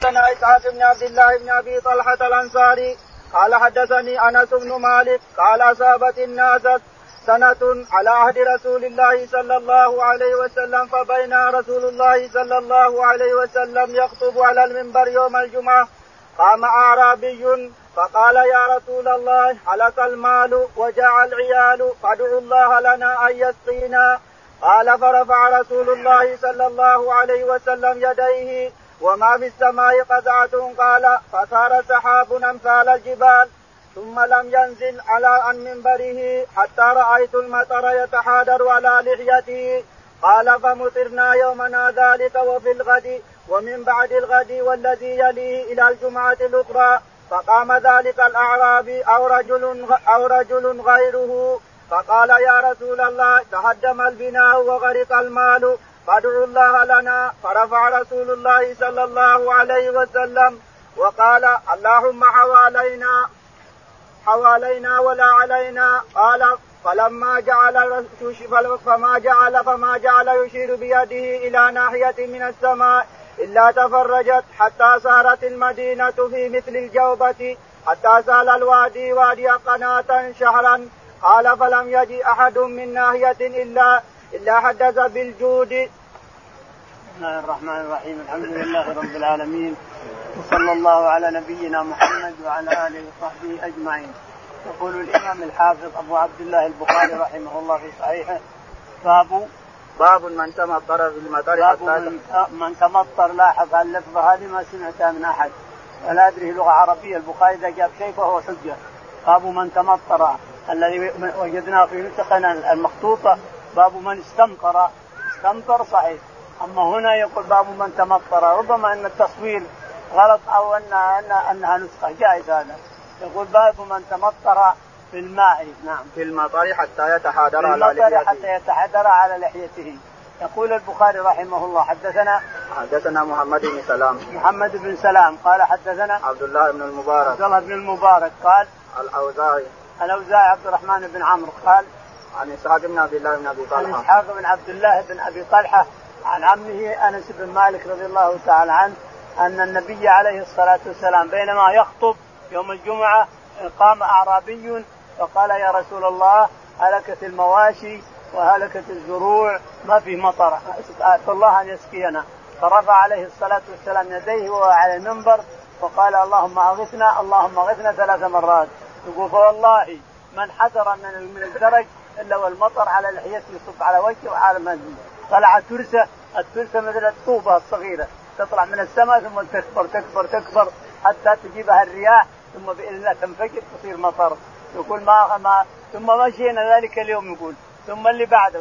حدثنا إسحاق بن عبد الله بن أبي طلحة الأنصاري قال حدثني أنس بن مالك قال أصابت الناس سنة على عهد رسول الله صلى الله عليه وسلم فبينا رسول الله صلى الله عليه وسلم يخطب على المنبر يوم الجمعة قام أعرابي فقال يا رسول الله هلك المال وجاع العيال فادعوا الله لنا أن يسقينا. قال فرفع رسول الله صلى الله عليه وسلم يديه وما في السماء قزعة قال فصار سحاب أمثال الجبال ثم لم ينزل عن منبره حتى رأيت المطر يتحادر على لحيته. قال فمطرنا يومنا ذلك وفي الغد ومن بعد الغد والذي يليه إلى الجمعة الأخرى. فقام ذلك الأعرابي أو رجل غيره فقال يا رسول الله تهدم البناء وغرق المال فادعوا الله لنا. فرفع رسول الله صلى الله عليه وسلم وقال اللهم حوالينا ولا علينا. قال فما جعل يشير بيده إلى ناحية من السماء إلا تفرجت حتى صارت المدينة في مثل الجوبة حتى سال الوادي وادي قناة شهرا. قال فلم يجي أحد من ناحية إلا حدث بالجود. بسم الله الرحمن الرحيم. الحمد لله رب العالمين وصلى الله على نبينا محمد وعلى آله وصحبه أجمعين. يقول الإمام الحافظ أبو عبد الله البخاري رحمه الله في صحيحه باب من تمطر في المطر. باب من تمطر. لاحظ اللفظة هذه ما سمعتها من أحد ولا أدري لغة عربية. البخاري إذا جاب شيء فهو حجة. باب من تمطر الذي وجدناه في نسخنا المخطوطة باب من استمطر صحيح. أما هنا يقول باب من تمطر. ربما أن التصوير غلط أو أنها نسخة جائز. هذا يقول باب من تمطر في الماء. نعم في المطر حتى يتحدر على لحيته. يقول البخاري رحمه الله حدثنا محمد بن سلام قال حدثنا عبد الله بن المبارك قال الأوزاعي عبد الرحمن بن عمرو قال عن إسحاق بن عبد الله بن أبي طلحة عن عمه أنس بن مالك رضي الله تعالى عنه أن النبي عليه الصلاة والسلام بينما يخطب يوم الجمعة قام أعرابي فقال يا رسول الله هلكت المواشي وهلكت الزروع ما في مطر فالله أن يسقينا. فرفع عليه الصلاة والسلام يديه وهو على المنبر وقال اللهم أغثنا 3 مرات. يقول فوالله من حذر من الدرج إلا والمطر على لحيته يصب على وجهه وعلى مهده. طلع الترسة مثل الطوبة الصغيرة تطلع من السماء ثم تكبر حتى تجيبها الرياح ثم بإذن الله تنفجر تصير مطر. يقول ثم مشينا ذلك اليوم يقول ثم اللي بعده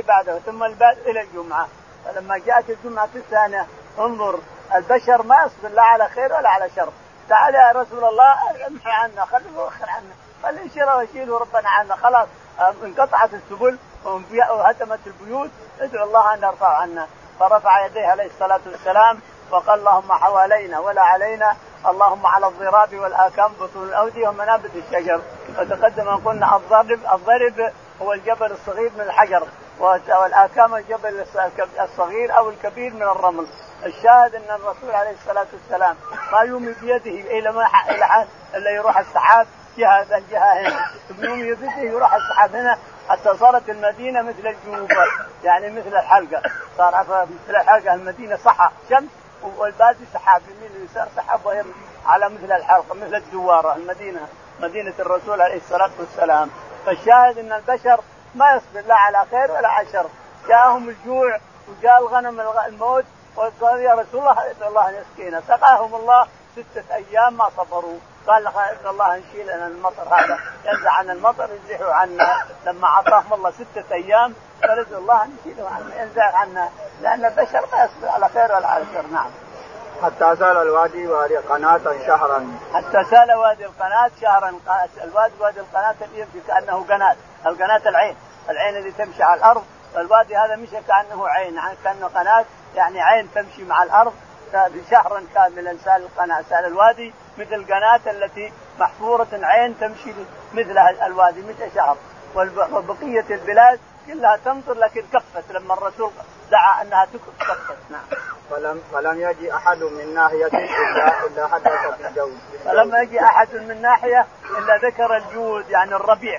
إلى الجمعة. فلما جاءت الجمعة الثانية انظر البشر ما يصبر لا على خير ولا على شر. تعال يا رسول الله امحي عنا خليه يؤخر عنا خليه يشيله ويشيله ربنا عنا خلاص انقطعت السبل وهدمت البيوت ادعو الله أن يرفع عنا. فرفع يديه عليه الصلاة والسلام وقال اللهم حوالينا ولا علينا اللهم على الضراب والآكام بطون الأودية ومنابت الشجر. وتقدم أن قلنا الضرب هو الجبل الصغير من الحجر والآكام الجبل الصغير أو الكبير من الرمل. الشاهد أن الرسول عليه الصلاة والسلام ما يومي بيده إلا يروح السحاب الجهة هنا ثم يومي بيده يروح السحاب هنا حتى صارت المدينة مثل الجنوب يعني مثل الحلقة. صار مثل الحلقة المدينة صحة شمس والبادي سحاب يمين ويسار سحاب وهي على مثل الحلقة مثل الدوارة. مدينة الرسول عليه الصلاة والسلام. فالشاهد أن البشر ما يصبر لا على خير ولا على شر. جاءهم الجوع وجاء الغنم الموت وقال يا رسول الله ادعو الله أن يسقينا. سقاهم الله 6 أيام ما صبروا. قال ادعو الله أن يشيل لنا المطر هذا ينزع عنا المطر يزيحوا عنا. لما عطاهم الله 6 أيام قال ادعو الله أن يشيله عنا ينزع عنا لأن البشر ما يصبر على خير ولا على شر. نعم حتى سال الوادي وادي قناة شهرا. حتى سال وادي القناة شهرا. وادي القناة يمشي كأنه قناة. القناة العين اللي تمشي على الأرض. والوادي هذا مشي كأنه عين كأنه قناة يعني عين تمشي مع الأرض. شهرا كاملا سال الوادي مثل القناة التي محفورة عين تمشي مثل الوادي مشى شهر. وبقية البلاد كلها تمطر لكن كفت لما الرسول دعا أنها كفت. نعم. فلم يجي أحد من ناحية إلا حدث في الجود. فلم يجي أحد من ناحية إلا ذكر الجود يعني الربيع،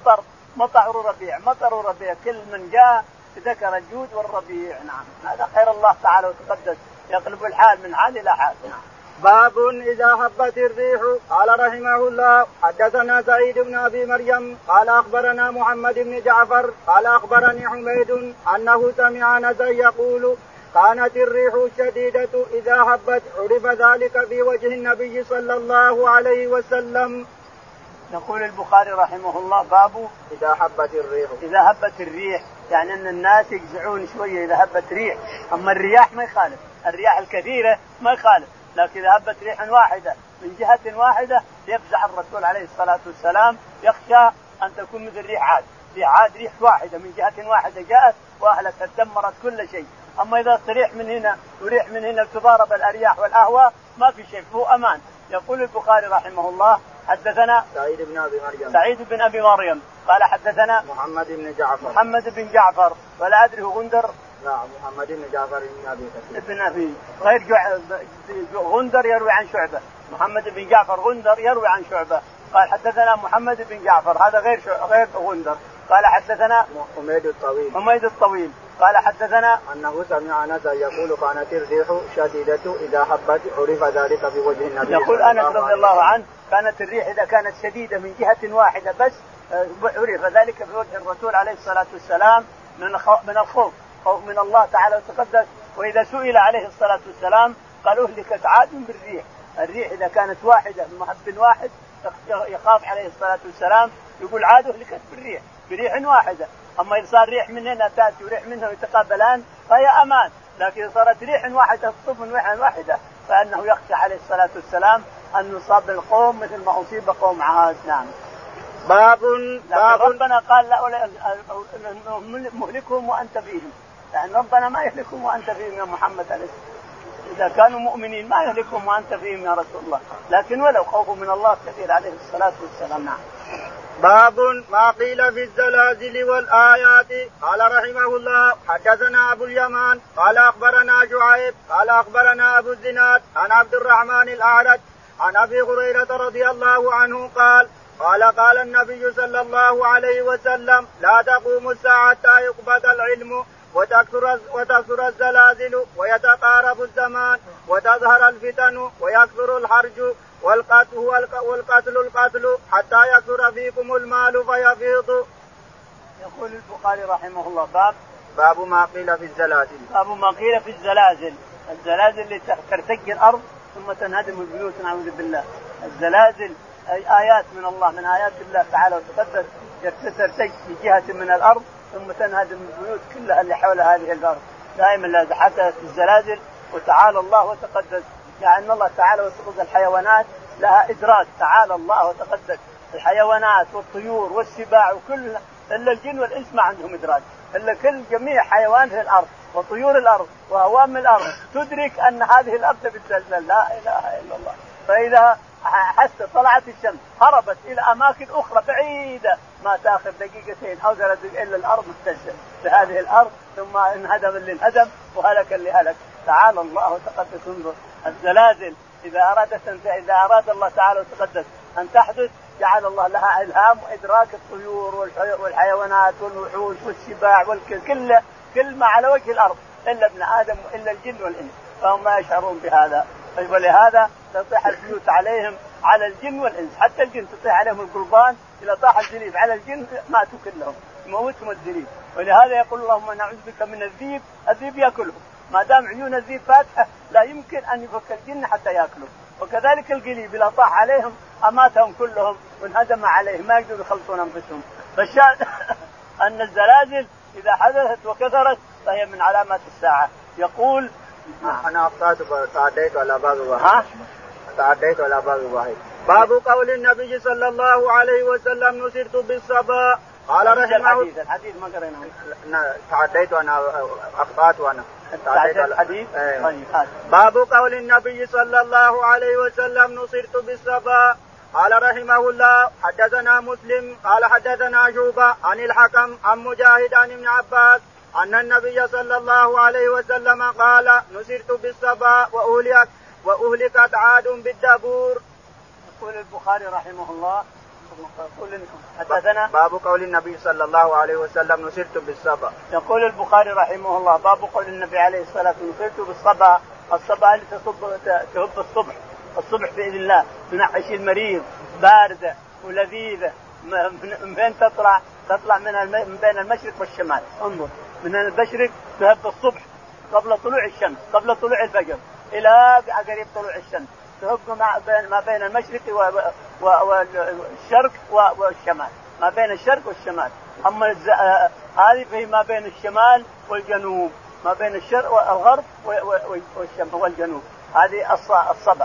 مطر وربيع كل من جاء ذكر الجود والربيع. نعم. هذا خير الله تعالى وتقدس يقلب الحال من حال إلى حال. نعم. باب إذا هبت الريح. قال رحمه الله حدثنا سعيد بن أبي مريم قال أخبرنا محمد بن جعفر قال أخبرني حميد أنه سمع أنسا يقول كانت الريح الشديدة إذا هبت عرف ذلك في وجه النبي صلى الله عليه وسلم. يقول البخاري رحمه الله باب إذا هبت الريح يعني أن الناس يجزعون شوية إذا هبت ريح. أما الرياح ما يخالف، الرياح الكثيرة ما يخالف، لكن إذا هبت ريح واحدة من جهة واحدة يفزع الرسول عليه الصلاة والسلام، يخشى أن تكون مثل ريح عاد ريح واحدة من جهة واحدة جاءت وأهلكت دمرت كل شيء. أما إذا تريح من هنا وريح من هنا وتضارب الأرياح والأهواء ما في شيء، هو أمان. يقول البخاري رحمه الله حدثنا سعيد بن أبي مريم قال حدثنا محمد بن جعفر ولا أدري غندر. نعم محمد بن جعفر بن أبي غير غندر يروي عن شعبة. محمد بن جعفر غندر يروي عن شعبة. قال حدثنا محمد بن جعفر هذا غير غندر. قال حدثنا حميد الطويل قال حدثنا أنه سمع أنسا يقول كانت الريح شديدة إذا هبت عرف ذلك في وجه النبي. يقول أنس رضي الله عنه كانت الريح إذا كانت شديدة من جهة واحدة بس عرف ذلك في وجه الرسول عليه الصلاة والسلام من الخوف من الله تعالى وتقدس. وإذا سئل عليه الصلاة والسلام قال أهلكت عاد بالريح. الريح إذا كانت واحدة محب واحد يخاف عليه الصلاة والسلام يقول عاد أهلكت بريح واحدة. أما إذا صار ريح من هنا تأتي وريح منها يتقابلان فهي أمان، لكن إذا صارت ريح واحدة تصب من ريح واحدة فإنه يخشى عليه الصلاة والسلام أن يصاب القوم مثل ما أصيب قوم عاد. نعم. باب ربنا قال لا مهلكهم وأنت فيهم، يعني ربنا ما يهلكهم وأنت فيهم يا محمد عليه الصلاة. إذا كانوا مؤمنين ما يهلكهم وأنت فيهم يا رسول الله، لكن ولو خوفوا من الله كثير عليه الصلاة والسلام. نعم. باب ما قيل في الزلازل والآيات. قال رحمه الله حدثنا أبو اليمان قال أخبرنا شعيب قال أخبرنا أبو الزناد عن عبد الرحمن الأعرج عن أبي هريرة رضي الله عنه قال النبي صلى الله عليه وسلم لا تقوم الساعة حتى يقبض العلم وتكثر الزلازل ويتقارب الزمان وتظهر الفتن ويكثر الحرج والقتل حتى يكثر فيكم المال فيفيض. يقول البخاري رحمه الله باب ما قيل في الزلازل. باب ما قيل في الزلازل اللي ترتج الأرض ثم تنهدم البيوت نعوذ بالله. الزلازل أي آيات من الله من آيات الله تعالى وتقدس ترتج في جهة من الأرض ثم تنهدم البيوت كلها اللي حول هذه الأرض. دائما لا حتى في الزلازل وتعالى الله وتقدس يعني أن الله تعالى وتقدس الحيوانات لها إدراك. تعالى الله وتقدس الحيوانات والطيور والسباع وكل إلا الجن والإنس ما عندهم إدراك، إلا كل جميع حيوانات الأرض وطيور الأرض وهوام الأرض تدرك أن هذه الأرض بتزلزل. لا إله إلا الله. فإذا حتى طلعت الشمس هربت إلى أماكن أخرى بعيدة ما تأخذ دقيقتين أو 3 دقائق إلا الأرض تزلزل بهذه الأرض ثم انهدم اللي انهدم وهلك اللي هلك. تعالى الله وتقدس. انظر الزلازل إذا أراد الله تعالى وتقدس أن تحدث جعل الله لها إلهام وإدراك الطيور والحيوانات والوحوش والسباع كل ما على وجه الأرض إلا ابن آدم وإلا الجن والإنس فهم ما يشعرون بهذا. ولهذا تطيح البيوت عليهم على الجن والإنس، حتى الجن تطيح عليهم القربان إذا طاح الذئب على الجن ماتوا كلهم يموتهم الذئب. ولهذا يقول اللهم نعوذ بك من الذئب يأكلهم. ما دام عيون الذئب فاتحة لا يمكن أن يفك الجن حتى يأكلوا. وكذلك القليب إذا طاح عليهم أماتهم كلهم وانهدم عليهم ما يقدروا يخلصون أنفسهم. فالشاهد أن الزلازل إذا حدثت وكثرت فهي من علامات الساعة. يقول أنا تعديت على باب واحد. باب قول النبي صلى الله عليه وسلم نصرت بالصبا. قال رحمه الحديث ما قريناه. تعديت وأنا أخطأت وأنا الحديث. باب قول النبي صلى الله عليه وسلم نصرت بالصبا. قال رحمه الله حدثنا مسلم قال حدثنا شعبة عن الحكم عن مجاهد عن ابن عباس أن النبي صلى الله عليه وسلم قال نصرت بالصبا وأهلكت عاد بالدبور. يقول البخاري رحمه الله حدثنا باب قول النبي صلى الله عليه وسلم نصرت بالصبا. يقول البخاري رحمه الله باب قول النبي عليه الصلاة والسلام نصرت بالصبا. الصبا اللي تهب الصبح بإذن الله تنعش المريض باردة ولذيذة من فين تطلع من بين المشرق والشمال. انظر من المشرق تهب الصبح قبل طلوع الشمس قبل طلوع الفجر إلى قريب طلوع الشمس تهب ما بين المشرق والشرق والشمال ما بين الشرق والشمال. أما هذه فهي ما بين الشمال والجنوب ما بين الشرق والغرب والجنوب. هذه الصبا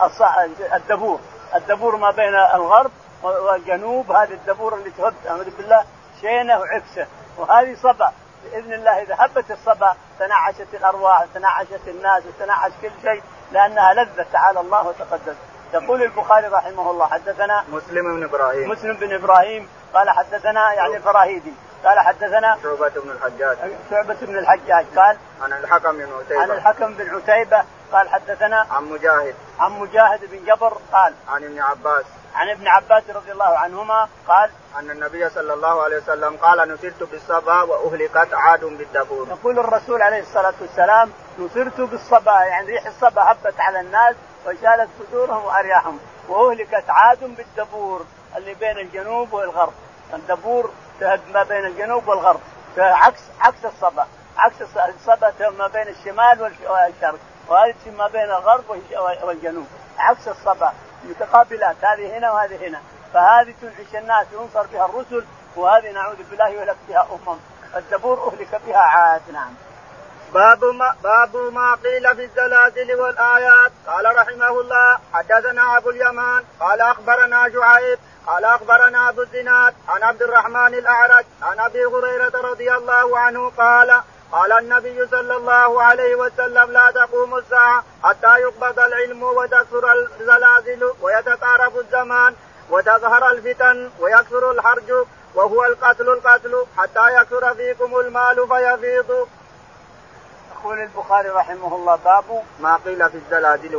الدبور ما بين الغرب والجنوب. هذه الدبور اللي تهب أعوذ بالله شينه وعكسه. وهذه صبا بإذن الله إذا هبت الصبا تنعشت الأرواح تنعشت الناس وتنعش كل شيء لأنها لذة تعالى الله وتقدس. يقول البخاري رحمه الله حدثنا مسلم بن إبراهيم قال حدثنا يعني الفراهيدي قال حدثنا شعبة بن الحجاج قال عن الحكم بن عتيبة قال حدثنا عن مجاهد بن جبر قال عن ابن عباس رضي الله عنهما قال أن النبي صلى الله عليه وسلم قال نصرت بالصبا وأهلكت عاد بالدبور. يقول الرسول عليه الصلاة والسلام نصرت بالصبا يعني ريح الصبا هبت على الناس وشالت صدورهم وأرياحهم وأهلكت عاد بالدبور اللي بين الجنوب والغرب. الدبور ما بين الجنوب والغرب عكس الصبا ما بين الشمال والشرق وهذه ما بين الغرب والجنوب عكس الصبا متقابلات هذه هنا وهذه هنا. فهذه تنعش الناس ينصر بها الرسل وهذه نعوذ بالله يهلك بها الدبور أهلك بها عاد. نعم. باب ما قيل في الزلازل والآيات. قال رحمه الله حدثنا أبو اليمان قال أخبرنا شعيب قال أخبرنا أبو الزناد عن عبد الرحمن الأعرج عن أبي هريرة رضي الله عنه قال النبي صلى الله عليه وسلم لا تقوم الساعة حتى يقبض العلم وتكثر الزلازل ويتقارب الزمان وتظهر الفتن ويكثر الحرج وهو القتل حتى يكثر فيكم المال فيفيض. يقول البخاري رحمه الله باب ما قيل في الزلازل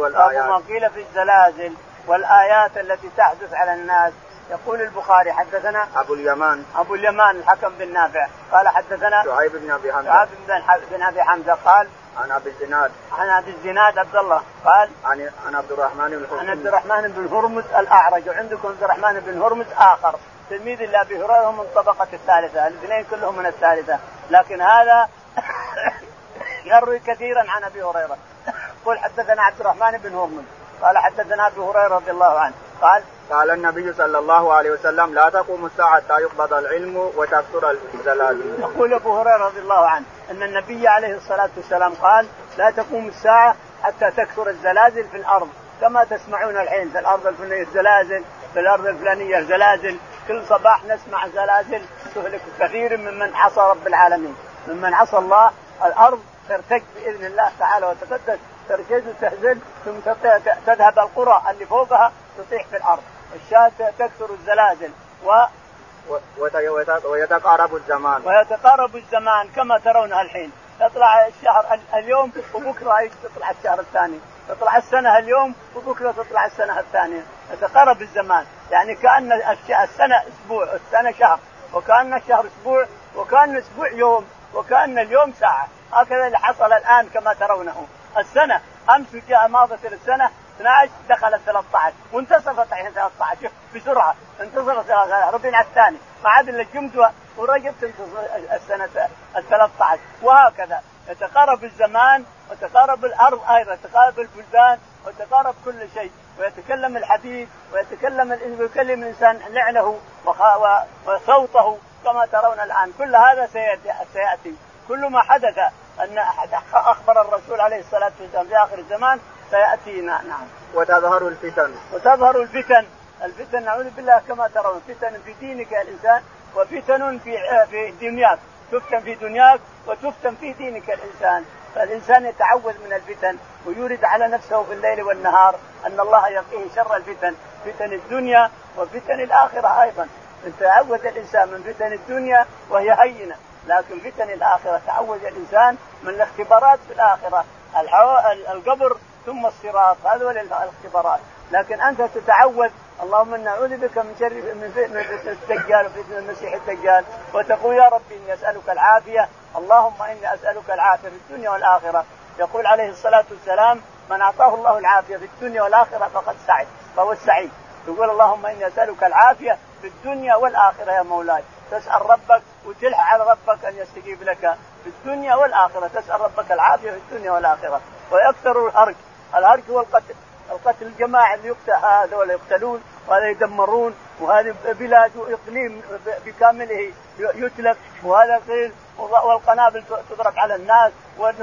والآيات التي تحدث على الناس. يقول البخاري حدثنا أبو اليمان الحكم بن نافع قال حدثنا شعيب بن أبي حمزة قال عن أبي الزناد عبد الله قال عن عبد الرحمن بن هرمز الأعرج. وعندكم عبد الرحمن بن هرمز آخر تلميذ لأبي هريرة من طبقة الثالثة الاثنين كلهم من الثالثة لكن هذا يروي كثيرا عن أبي هريرة. قل حدثنا عبد الرحمن بن هرمز قال حدثنا أبي هريرة رضي الله عنه قال النبي صلى الله عليه وسلم لا تقوم الساعة حتى يقبض العلم وتكثر الزلازل. يقول أبو هريرة رضي الله عنه أن النبي عليه الصلاة والسلام قال لا تقوم الساعة حتى تكثر الزلازل في الأرض كما تسمعون الحين في الأرض الفلانية زلازل في الأرض الفلانية زلازل كل صباح نسمع زلازل تهلك كثير ممن عصى رب العالمين ممن عصى الله. الأرض ترتج بإذن الله تعالى وتقدس ترتج وتهزل ثم تذهب القرى اللي فوقها تطيح في الأرض. الشاة تكثر الزلازل ويتقارب الزمان كما ترونها الحين تطلع الشهر اليوم وبكرة تطلع الشهر الثاني تطلع السنة اليوم وبكرة تطلع السنة الثانية. يتقارب الزمان يعني كأن السنة أسبوع السنة شهر وكأن الشهر أسبوع وكأن الأسبوع يوم وكأن اليوم ساعة. هكذا اللي حصل الآن كما ترونه. السنة أمس جاء ماضت السنة 12 دخلت 13 وانتصفت 13 بسرعة انتصفت ربيع الثاني ما عاد إلا الجمعة ورجب تنتصف السنة 13 وهكذا يتقارب الزمان وتقارب الأرض أيضا تقارب البلدان وتقارب كل شيء ويتكلم الحديث ويكلم الإنسان لعنه وصوته كما ترون الآن. كل هذا سيأتي كل ما حدث أن أخبر الرسول عليه الصلاة والسلام في آخر الزمان سيأتينا. نعم. وتظهر الفتن نعوذ بالله كما ترون فتن في دينك يا الإنسان وفتن في دنياك تفتن في دنياك وتفتن في دينك الإنسان. فالإنسان يتعوذ من الفتن ويورد على نفسه في الليل والنهار أن الله يقيه شر الفتن فتن الدنيا وفتن الآخرة أيضا. تعود الإنسان من فتن الدنيا وهي هينة، لكن فتن الآخرة تعود الإنسان من الاختبارات في الآخرة، القبر ثم الصراط، هذول الاختبارات. لكن أنت تتعود اللهم إنا نعوذ بك من شر من فتنة الدجال وفتنة المسيح الدجال، وتقول يا ربي إني أسألك العافية، اللهم إني أسألك العافية في الدنيا والآخرة. يقول عليه الصلاة والسلام من أعطاه الله العافية في الدنيا والآخرة فقد سعد، فهو السعيد. يقول اللهم إني أسألك العافية في الدنيا والآخرة يا مولاي، تسأل ربك وتلح على ربك أن يستجيب لك في الدنيا والآخرة، تسأل ربك العافية في الدنيا والآخرة. ويكثر الهرج والقتل، القتل الجماعي اللي هذول يقتلون وهذا يدمرون، وهذه بلاد وإقليم بكامله يتلف، وهذا قيل، والقنابل تضرب على الناس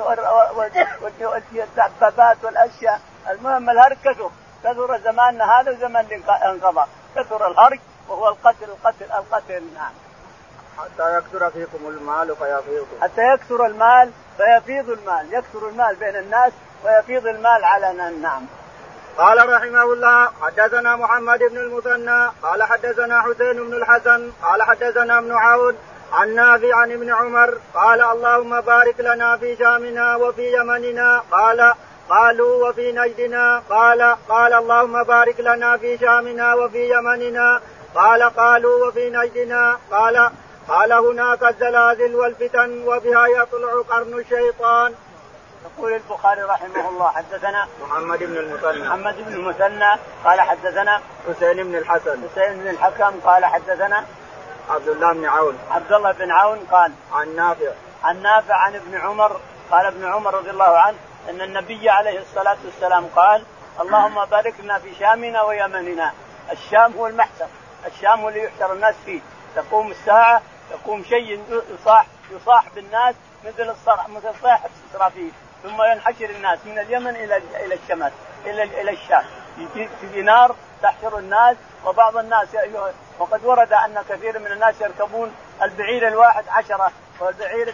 والدبابات والأشياء. المهم الهرج كثر زماننا هذا زمن انقضى، كثر الهرج وهو القتل. نعم. حتى يكثر فيكم المال فيفيض، حتى يكثر المال فيفيض المال، يكثر المال بين الناس ويفيض المال على. نعم. قال رحمه الله حدثنا محمد بن المثنى قال حدثنا حسين بن الحسن قال حدثنا ابن عون عن نافع عن ابن عمر قال اللهم بارك لنا في شامنا وفي يمننا، قالوا وفي نجدنا، قال اللهم بارك لنا في شامنا وفي يمننا، قالوا وفي نجدنا، قال هناك الزلازل والفتن وبها يطلع قرن الشيطان. يقول البخاري رحمه الله حدثنا محمد بن المثنى قال حدثنا حسين بن الحكم قال حدثنا عبد الله بن عون قال عن نافع عن ابن عمر قال ابن عمر رضي الله عنه أن النبي عليه الصلاة والسلام قال اللهم بارك لنا في شامنا ويمننا. الشام هو المحشر، الشام هو اللي يحشر الناس فيه، تقوم الساعة، يقوم شيء يصاح بالناس مثل صاحب إسرافيل، ثم ينحشر الناس من اليمن إلى الشمال إلى الشام، في نار تحشر الناس. وبعض الناس وقد ورد أن كثير من الناس يركبون البعير الواحد 10 والبعير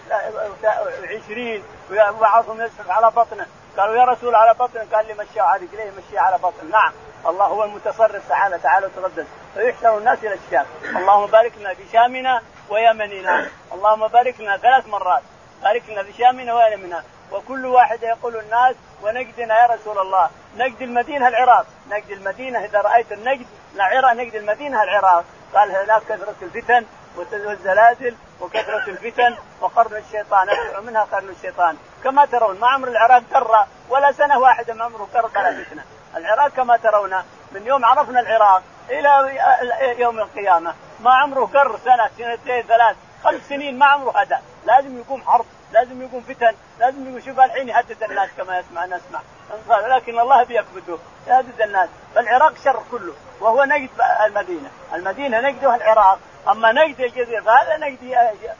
20، وبعضهم يسحب على بطنه. قالوا يا رسول على بطنه، قال لي مشي على رجليه، مشي على بطنه. نعم، الله هو المتصرف تعالى وتقدس. فيحشر الناس إلى الشام. اللهم بارك لنا في شامنا ويمننا، اللهم بارك لنا 3 مرات، بارك لنا في شامنا ويمننا. وكل واحد يقول الناس ونجدنا يا رسول الله، نجد المدينة العراق، نجد المدينة إذا رأيت النجد نجد المدينة العراق. قال هناك كثرة الفتن والزلازل وكثرة الفتن وقرن الشيطان، أدعو منها قرن الشيطان. كما ترون ما عمر العراق قرى ولا سنة واحدة، ما عمره قرى ولا فتنة. العراق كما ترون من يوم عرفنا العراق إلى يوم القيامة ما عمره قر سنة 2 3 5 سنين، ما عمره هذا. لازم يقوم حرب، لازم يقوم فتن، لازم يقوم. شوف الحين يهدد الناس كما نسمع، لكن الله بيكبته يهدد الناس. فالعراق شر كله، وهو نجد المدينة نجدها العراق. أما نجد الجزيرة فهذا نجد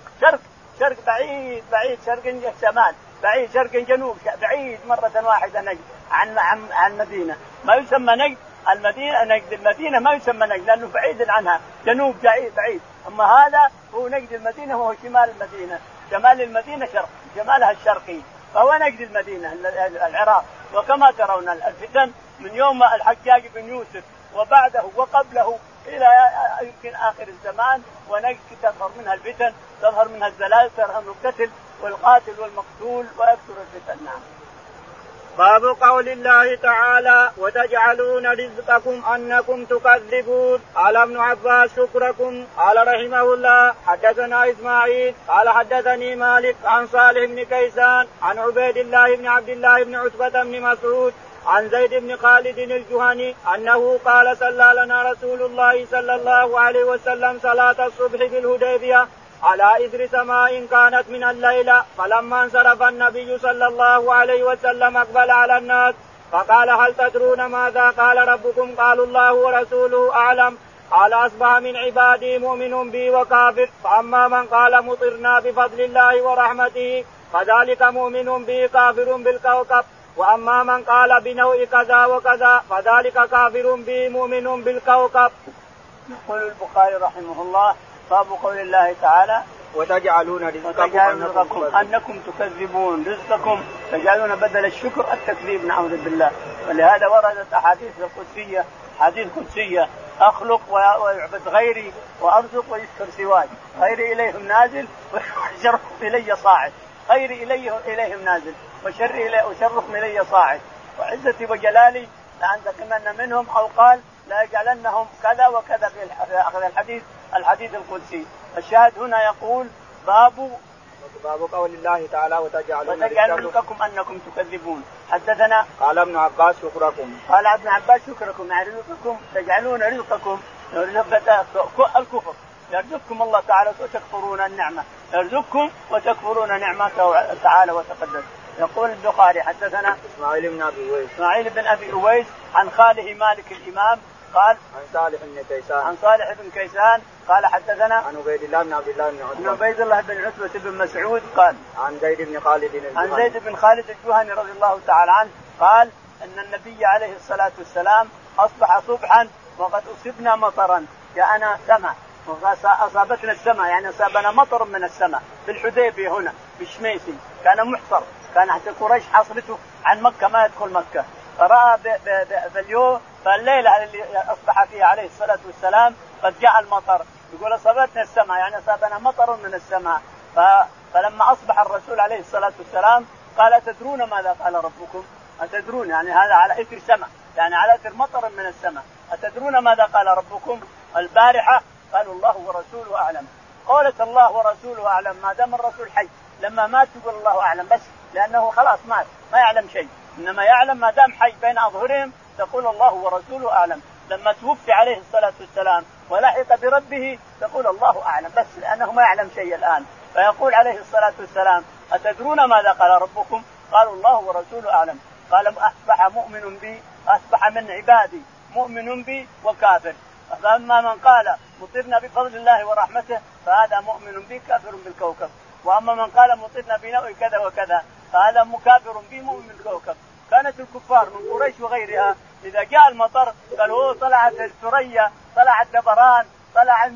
شرق بعيد شرق شمال، بعيد شرق جنوب، بعيد مرة واحدة نجد عن المدينة. ما يسمى نجد المدينة ما يسمى نجد لأنه بعيد عنها، جنوب بعيد. أما هذا هو نجد المدينة، وهو شمال المدينة، شمال المدينة شرق، شمالها الشرقي، فهو نجد المدينة العراق. وكما ترون الفتن من يوم الحجاج بن يوسف وبعده وقبله إلى يمكن آخر الزمان، ونجد تظهر منها الفتن، تظهر منها الزلازل، تظهر القتل والقاتل والمقتول ويكثر الفتن. نعم. باب قول الله تعالى وتجعلون رزقكم أنكم تكذبون. قال ابن عباس شكركم. قال رحمه الله حدثنا إسماعيل قال حدثني مالك عن صالح بن كيسان عن عبيد الله بن عبد الله بن عتبة بن مسعود عن زيد بن خالد الجهني أنه قال صلى لنا رسول الله صلى الله عليه وسلم صلاة الصبح بالهديبية على إثر سماء كانت من الليلة، فلما انصرف النبي صلى الله عليه وسلم أقبل على الناس فقال هل تدرون ماذا قال ربكم؟ قالوا الله ورسوله أعلم. قال أصبح من عبادي مؤمن بي وكافر، فأما من قال مطرنا بفضل الله ورحمته فذلك مؤمن بي كافر بالكوكب، وأما من قال بنوع كذا وكذا فذلك كافر بي مؤمن بالكوكب. يقول البخاري رحمه الله باب قول الله تعالى وتجعلون رزقكم أنكم تكذبون. رزقكم تجعلون بدل الشكر التكذيب، نعوذ بالله. ولهذا وردت أحاديث القدسية حديث قدسية أخلق ويعبد غيري وأرزق ويشكر سواي، خيري إليهم نازل وشرهم إلي صاعد، خيري إليهم نازل وشرهم إلي صاعد، وعزتي وجلالي لأن تكمن منهم، أو قال لا يجعلنهم كذا وكذا في أخذ الحديث القدسي. الشاهد هنا يقول باب قول الله تعالى وتجعلون رزقكم أنكم تكذبون. حدثنا قال ابن عباس شكركم، قال ابن عباس شكركم يعني رزقكم، تجعلون رزقكم الكفر، يرزقكم الله تعالى وتكفرون النعمة، يرزقكم وتكفرون نعمته تعالى وتقدس. يقول البخاري حدثنا إسماعيل بن أبي أويس عن خاله مالك الإمام قال عن صالح بن كيسان قال حدثنا عن عبيد الله بن عبد الله بن عتبة عن عبيد الله بن عتبة بن مسعود قال عن زيد بن خالد الجهني رضي الله تعالى عنه قال أن النبي عليه الصلاة والسلام أصبح صبحا وقد أصبنا مطرا، جاءنا سماء أصابتنا السماء، يعني أصابنا مطر من السماء بالحديبية هنا بالشميسي، كان محصر، كان حتى قريش حصرته عن مكة ما يدخل مكة، فرأى باليوم فالليلة اللي أصبح فيها عليه الصلاة والسلام قد جاء المطر، يقول أصابتنا السماء يعني أصابنا مطر من السماء. فلما أصبح الرسول عليه الصلاة والسلام قال أتدرون ماذا قال ربكم؟ أتدرون يعني هذا على إثر سماء، يعني على إثر مطر من السماء، أتدرون ماذا قال ربكم البارحة؟ قالوا الله ورسوله أعلم. قولت الله ورسوله أعلم ما دام الرسول حي، لما مات يقول الله أعلم بس، لأنه خلاص مات ما يعلم شيء، إنما يعلم ما دام حي بين أظهرهم تقول الله ورسوله أعلم. لما توفي عليه الصلاة والسلام ولحق بربه تقول الله أعلم بس، لأنه ما يعلم شيء الآن. فيقول عليه الصلاة والسلام أتدرون ماذا قال ربكم؟ قالوا الله ورسوله أعلم. قال أصبح مؤمن بي، أصبح من عبادي مؤمن بي وكافر، فأما من قال مطرنا بفضل الله ورحمته فهذا مؤمن بي كافر بالكوكب، وأما من قال مطرنا بنوء كذا وكذا فهذا مكافر بي مؤمن بالكوكب. كانت الكفار من قريش وغيرها إذا جاء المطر قالوا طلعت الثريا، طلع الدبران، طلع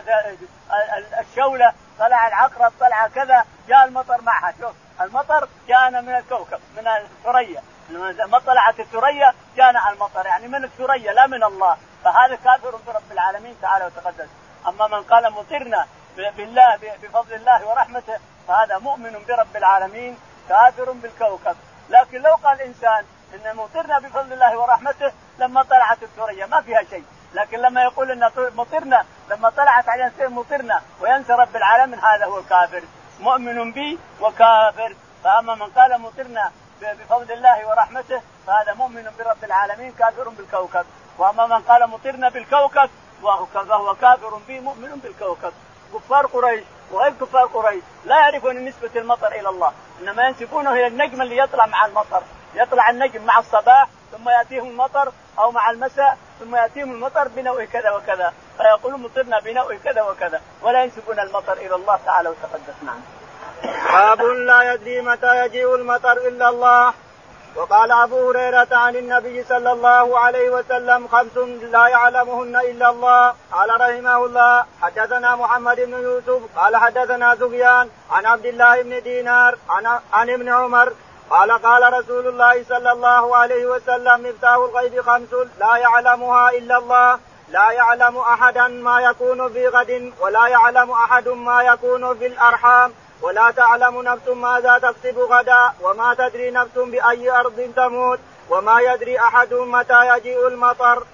الشولة، طلع العقرب، طلع كذا، جاء المطر معها. شوف المطر جاءنا من الكوكب من الثريا، لما طلعت الثريا جاءنا المطر يعني من الثريا لا من الله، فهذا كافر برب العالمين تعالى وتقدس. أما من قال مطرنا بالله بفضل الله ورحمته فهذا مؤمن برب العالمين كافر بالكوكب. لكن لو قال إنسان إن مطرنا بفضل الله ورحمته لما طلعت الثريا ما فيها شيء، لكن لما يقول إن مطرنا لما طلعت علينا تصير مطرنا وينسى رب العالمين هذا هو الكافر، مؤمن بي وكافر. فأما من قال مطرنا بفضل الله ورحمته فهذا مؤمن برب العالمين كافر بالكوكب، وأما من قال مطرنا بالكوكب فهو كافر بي مؤمن بالكوكب. كفار قريش وغير كفار قريش لا يعرفون نسبة المطر إلى الله، إنما ينسبونه إلى النجم اللي يطلع مع المطر، يطلع النجم مع الصباح ثم يأتيهم المطر، أو مع المساء ثم يأتيهم المطر بنوء كذا وكذا، فيقولون مطرنا بنوء كذا وكذا، ولا ينسبون المطر إلى الله تعالى وتقدس. نعم. باب لا يدري متى يجيء المطر إلا الله. وقال أبو هريرة عن النبي صلى الله عليه وسلم 5 لا يعلمهن إلا الله. قال رحمه الله حدثنا محمد بن يوسف قال حدثنا سفيان عن عبد الله بن دينار عن ابن عمر قال قال رسول الله صلى الله عليه وسلم مفتاح الغيب 5 لا يعلمها إلا الله. لا يعلم أحدا ما يكون في غد، ولا يعلم أحد ما يكون في الأرحام، ولا تعلم نفس ماذا تكسب غدا، وما تدري نفس بأي أرض تموت، وما يدري أحد متى يجيء المطر.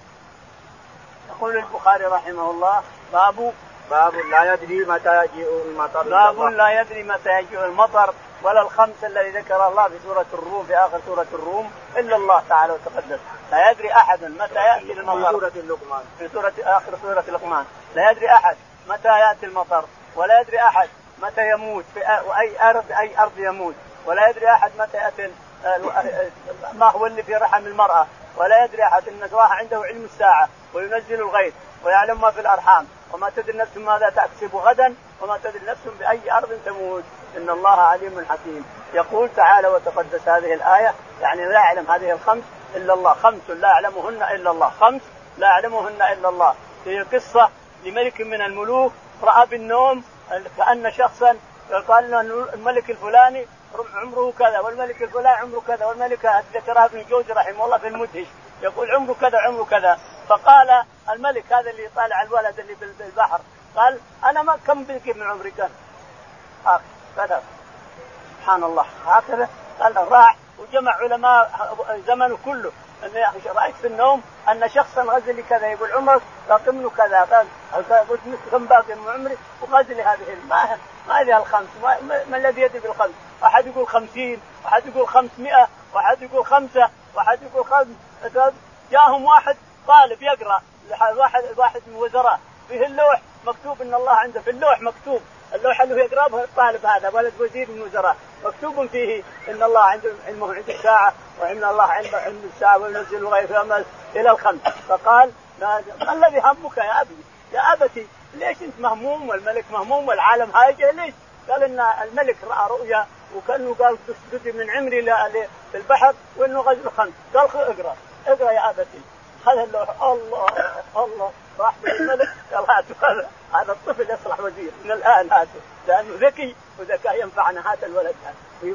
يقول البخاري رحمه الله باب لا يدري متى يجيء المطر. باب لا يدري متى يجيء المطر ولا الخمس الذي ذكر الله في سورة الروم في آخر سورة الروم إلا الله تعالى وتقدس. لا يدري أحد متى يأتي المطر في آخر سورة اللقمان. لا يدري أحد متى يأتي المطر، ولا يدري أحد متى يموت في أي أرض يموت، ولا يدري أحد متى يأتي ما هو اللي في رحم المرأة، ولا يدري أحد إن الله عنده علم الساعة وينزل الغيث ويعلم ما في الأرحام، وما تدري نفس ماذا تكسب غدا، وما تدري نفس بأي أرض تموت، إن الله عليم حكيم. يقول تعالى وتقدس هذه الآية يعني لا يعلم هذه الخمس إلا الله. 5 لا يعلمهن إلا الله، 5 لا يعلمهن إلا الله. في قصة لملك من الملوك رأى بالنوم كأن شخصا قال له الملك الفلاني عمره كذا، والملك الفلاني عمره كذا، والملك ذكرها ابن الجوزي رحمه الله في المدهش يقول عمره كذا عمره كذا. فقال الملك هذا اللي طالع الولد اللي بالبحر قال أنا ما كم بقي من عمري كان كذا سبحان الله هكذا. قال راح وجمع علماء زمنه كله أن رأيت في النوم أن شخصا غزل كذا يقول عمرك باقي منه كذا قلت كم باقي من عمري وغزل هذه ما هذه الخمس ما الذي يدري بالخمس. أحد يقول 50 واحد يقول 500 واحد يقول 5 واحد يقول 5. جاءهم واحد طالب يقرأ واحد من وزراء فيه اللوح مكتوب إن الله عنده في اللوح مكتوب اللوح اللي يقرأه الطالب هذا ولد وزير من الوزراء مكتوب فيه إن الله عنده علمه عند الساعة وإن الله عنده الساعة وينزل الغيث إلى 5. فقال ما الذي همك يا أبي يا أبتي ليش أنت مهموم والملك مهموم والعالم هايجه ليش؟ قال إن الملك رأى رؤيا وكأنه قال تسجد من عمري في البحر وإنه غزل 5. قال اقرأ يا أبتي. هذا اللوح الله راح بالملك قال هذا الطفل يصلح وزير من الآن هذا لأنه ذكي وذكاء ينفعنا هذا الولد هذا.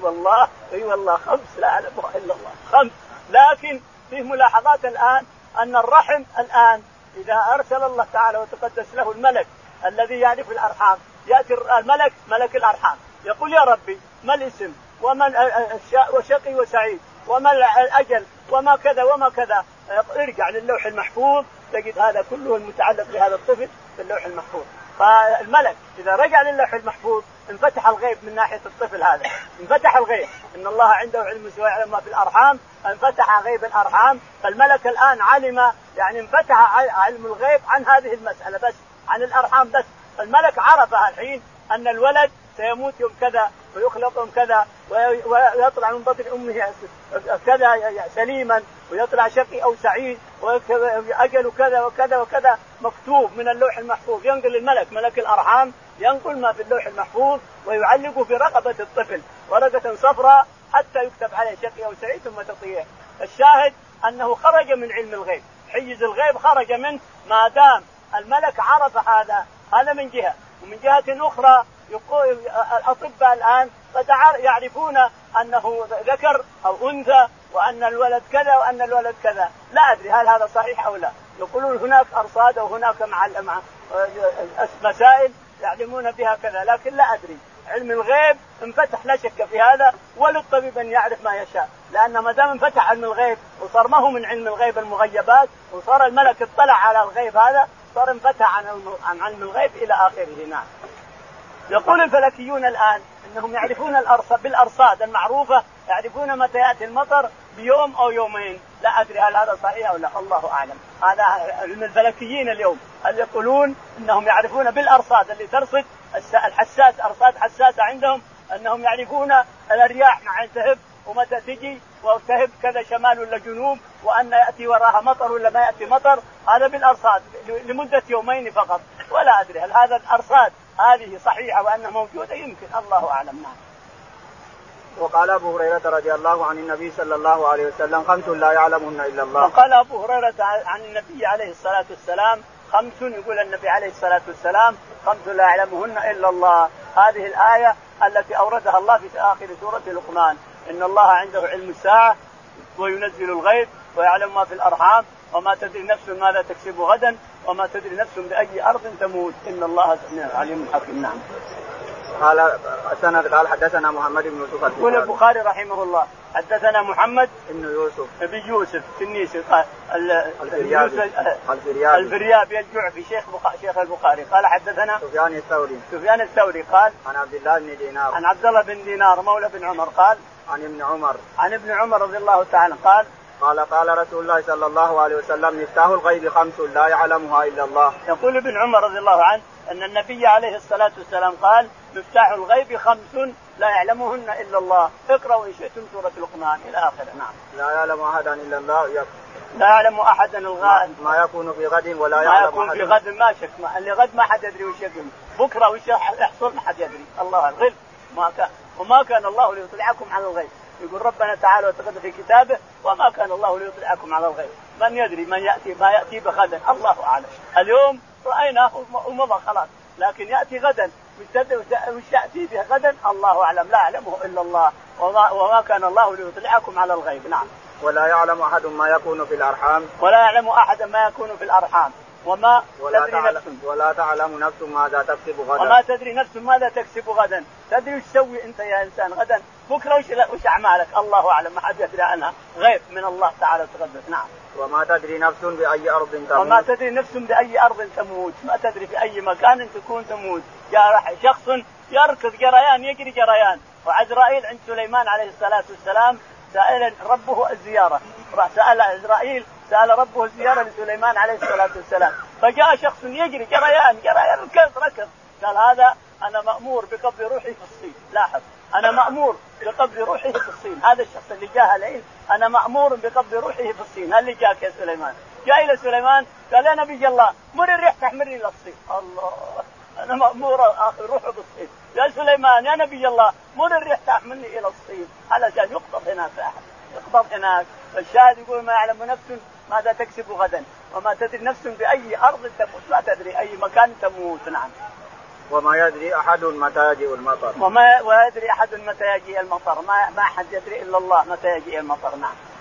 اي والله 5 لا اعلمها الا الله 5. لكن فيه ملاحظات الآن أن الرحم الآن إذا أرسل الله تعالى وتقدس له الملك الذي يعرف الأرحام يأتي الملك ملك الأرحام يقول يا ربي ما الاسم ومن وشقي وسعيد وما الأجل وما كذا ارجع للوح المحفوظ تجد هذا كله المتعلق بهذا الطفل في اللوح المحفوظ. فالملك إذا رجع للوح المحفوظ انفتح الغيب من ناحية الطفل هذا انفتح الغيب إن الله عنده علم ويعلم ما في الأرحام انفتح غيب الأرحام. فالملك الآن علم يعني انفتح علم الغيب عن هذه المسألة بس عن الأرحام بس. الملك عرفها الحين أن الولد سيموت يوم كذا ويخلق يوم كذا ويطلع من بطن أمه كذا سليما ويطلع شقي أو سعيد وأجل كذا وكذا وكذا مكتوب من اللوح المحفوظ. ينقل الملك ملك الأرحام ينقل ما في اللوح المحفوظ ويعلقه في رقبة الطفل ورقة صفراء حتى يكتب عليه شقي أو سعيد ثم تطيع. الشاهد أنه خرج من علم الغيب حيز الغيب خرج منه ما دام الملك عرف هذا من جهة. ومن جهة أخرى يقول الأطباء الآن قد يعرفون أنه ذكر أو أنثى وأن الولد كذا وأن الولد كذا. لا أدري هل هذا صحيح أو لا. يقولون هناك أرصاد أو هناك مع مسائل يعلمون بها كذا لكن لا أدري. علم الغيب انفتح لا شك في هذا وللطبيب أن يعرف ما يشاء لأن ما دام انفتح علم الغيب وصار ما هو من علم الغيب المغيبات وصار الملك اطلع على الغيب هذا صار انفتح عن علم الغيب إلى آخره. نعم. يقول الفلكيون الآن أنهم يعرفون بالأرصاد المعروفة يعرفون متى يأتي المطر بيوم أو يومين. لا أدري هل هذا صحيح أو لا الله أعلم. هذا علم الفلكيين اليوم اللي يقولون أنهم يعرفون بالأرصاد اللي ترصد الحساس أرصاد حساسة عندهم أنهم يعرفون الرياح مع تهب ومتى تجي وتهب كذا شمال ولا جنوب وأن يأتي وراها مطر ولا ما يأتي مطر. هذا بالأرصاد لمدة يومين فقط. ولا أدري هل هذا الأرصاد هذه صحيحة وأنها موجودة يمكن الله أعلم. نعم. وقال أبو هريرة رضي الله عن النبي صلى الله عليه وسلم 5 لا يعلمهن إلا الله. وقال أبو هريرة عن النبي عليه الصلاة والسلام 5 يقول النبي عليه الصلاة والسلام 5 لا يعلمهن إلا الله. هذه الآية التي أوردها الله في آخر سورة لقمان إن الله عنده علم الساعة وينزل الغيب ويعلم ما في الأرحام وما تدري نفس ماذا تكسب غدا وما تدري نفس بأي أرض تموت إن الله عليم حكيم. نعم. قال حدثنا محمد بن يوسف. يقول البخاري رحمه الله حدثنا محمد بن يوسف التنيسي الفريابي الجعفي شيخ البخاري قال حدثنا سفيان الثوري قال عن عبد الله بن دينار عن عبد الله بن دينار مولى بن عمر قال عن ابن عمر رضي الله تعالى قال رسول الله صلى الله عليه وسلم مفتاح الغيب 5 لا يعلمها إلا الله. يقول ابن عمر رضي الله عنه أن النبي عليه الصلاة والسلام قال مفتاح الغيب 5 لا يعلمهن إلا الله. اقرأوا إن شئتم سورة لقمان إلى آخره. نعم. لا يعلم أحدا إلا الله. لا يعلم أحدا الغائب ما يكون في غد ولا يعلم ما يكون في غد ما شك اللي غد ما حد يدري وش يكون بكرة وش يحصل ما حد يدري. الله الغيب وما كان الله ليطلعكم على الغيب. يقول ربنا تعالى وتقدم في كتابه وما كان الله ليطلعكم على الغيب. من يدري ما يأتي بغدا الله أعلم. اليوم رأيناه ومضى خلاص لكن يأتي غدا وش يأتي به غدا الله أعلم لا يعلمه إلا الله وما كان الله ليطلعكم على الغيب. نعم. ولا يعلم أحد ما يكون في الأرحام. ولا يعلم أحد ما يكون في الأرحام. ولا تعلم نفس ماذا تكسب غدا. وما تدري نفس ماذا تكسب غدا. تدري وش تسوي أنت يا إنسان غدا بكرة وش أعمالك الله أعلم ما حد يدري عنها غيب من الله تعالى وتقدس. نعم. وما تدري نفس بأي أرض تموت. وما تدري نفس بأي أرض تموت. ما تدري في أي مكان تكون تموت. جاء شخص يركض جريان يجري جريان وعزرائيل عند سليمان عليه الصلاة والسلام سأل ربه الزيارة. سأل عزرائيل سأل ربه الزيارة لسليمان عليه الصلاة والسلام فجاء شخص يجري جريان ركض قال هذا أنا مأمور بقبض روحي في الصين. لاحظ أنا مأمور بقبض روحه في الصين. هذا الشخص اللي جاء لين أنا مأمور بقبض روحه في الصين. هل اللي جاءك يا سليمان؟ جاء إلى سليمان قال يا نبي الله مر الريح تحملني إلى الصين. الله أنا مأمور آخر روحه بالصين. يا سليمان يا نبي الله مر الريح تحملني إلى الصين علشان يقبض هناك أحد يقبض هناك. فالشاهد يقول ما يعلم نفس ماذا تكسب غدا وما تدري نفس بأي أرض تموت. لا تدري أي مكان تموت. نعم. وما يدري أحد متى يجيء المطر. ويدري أحد متى يجيء المطر. ما حد يدري إلا الله متى يجيء المطر. نعم.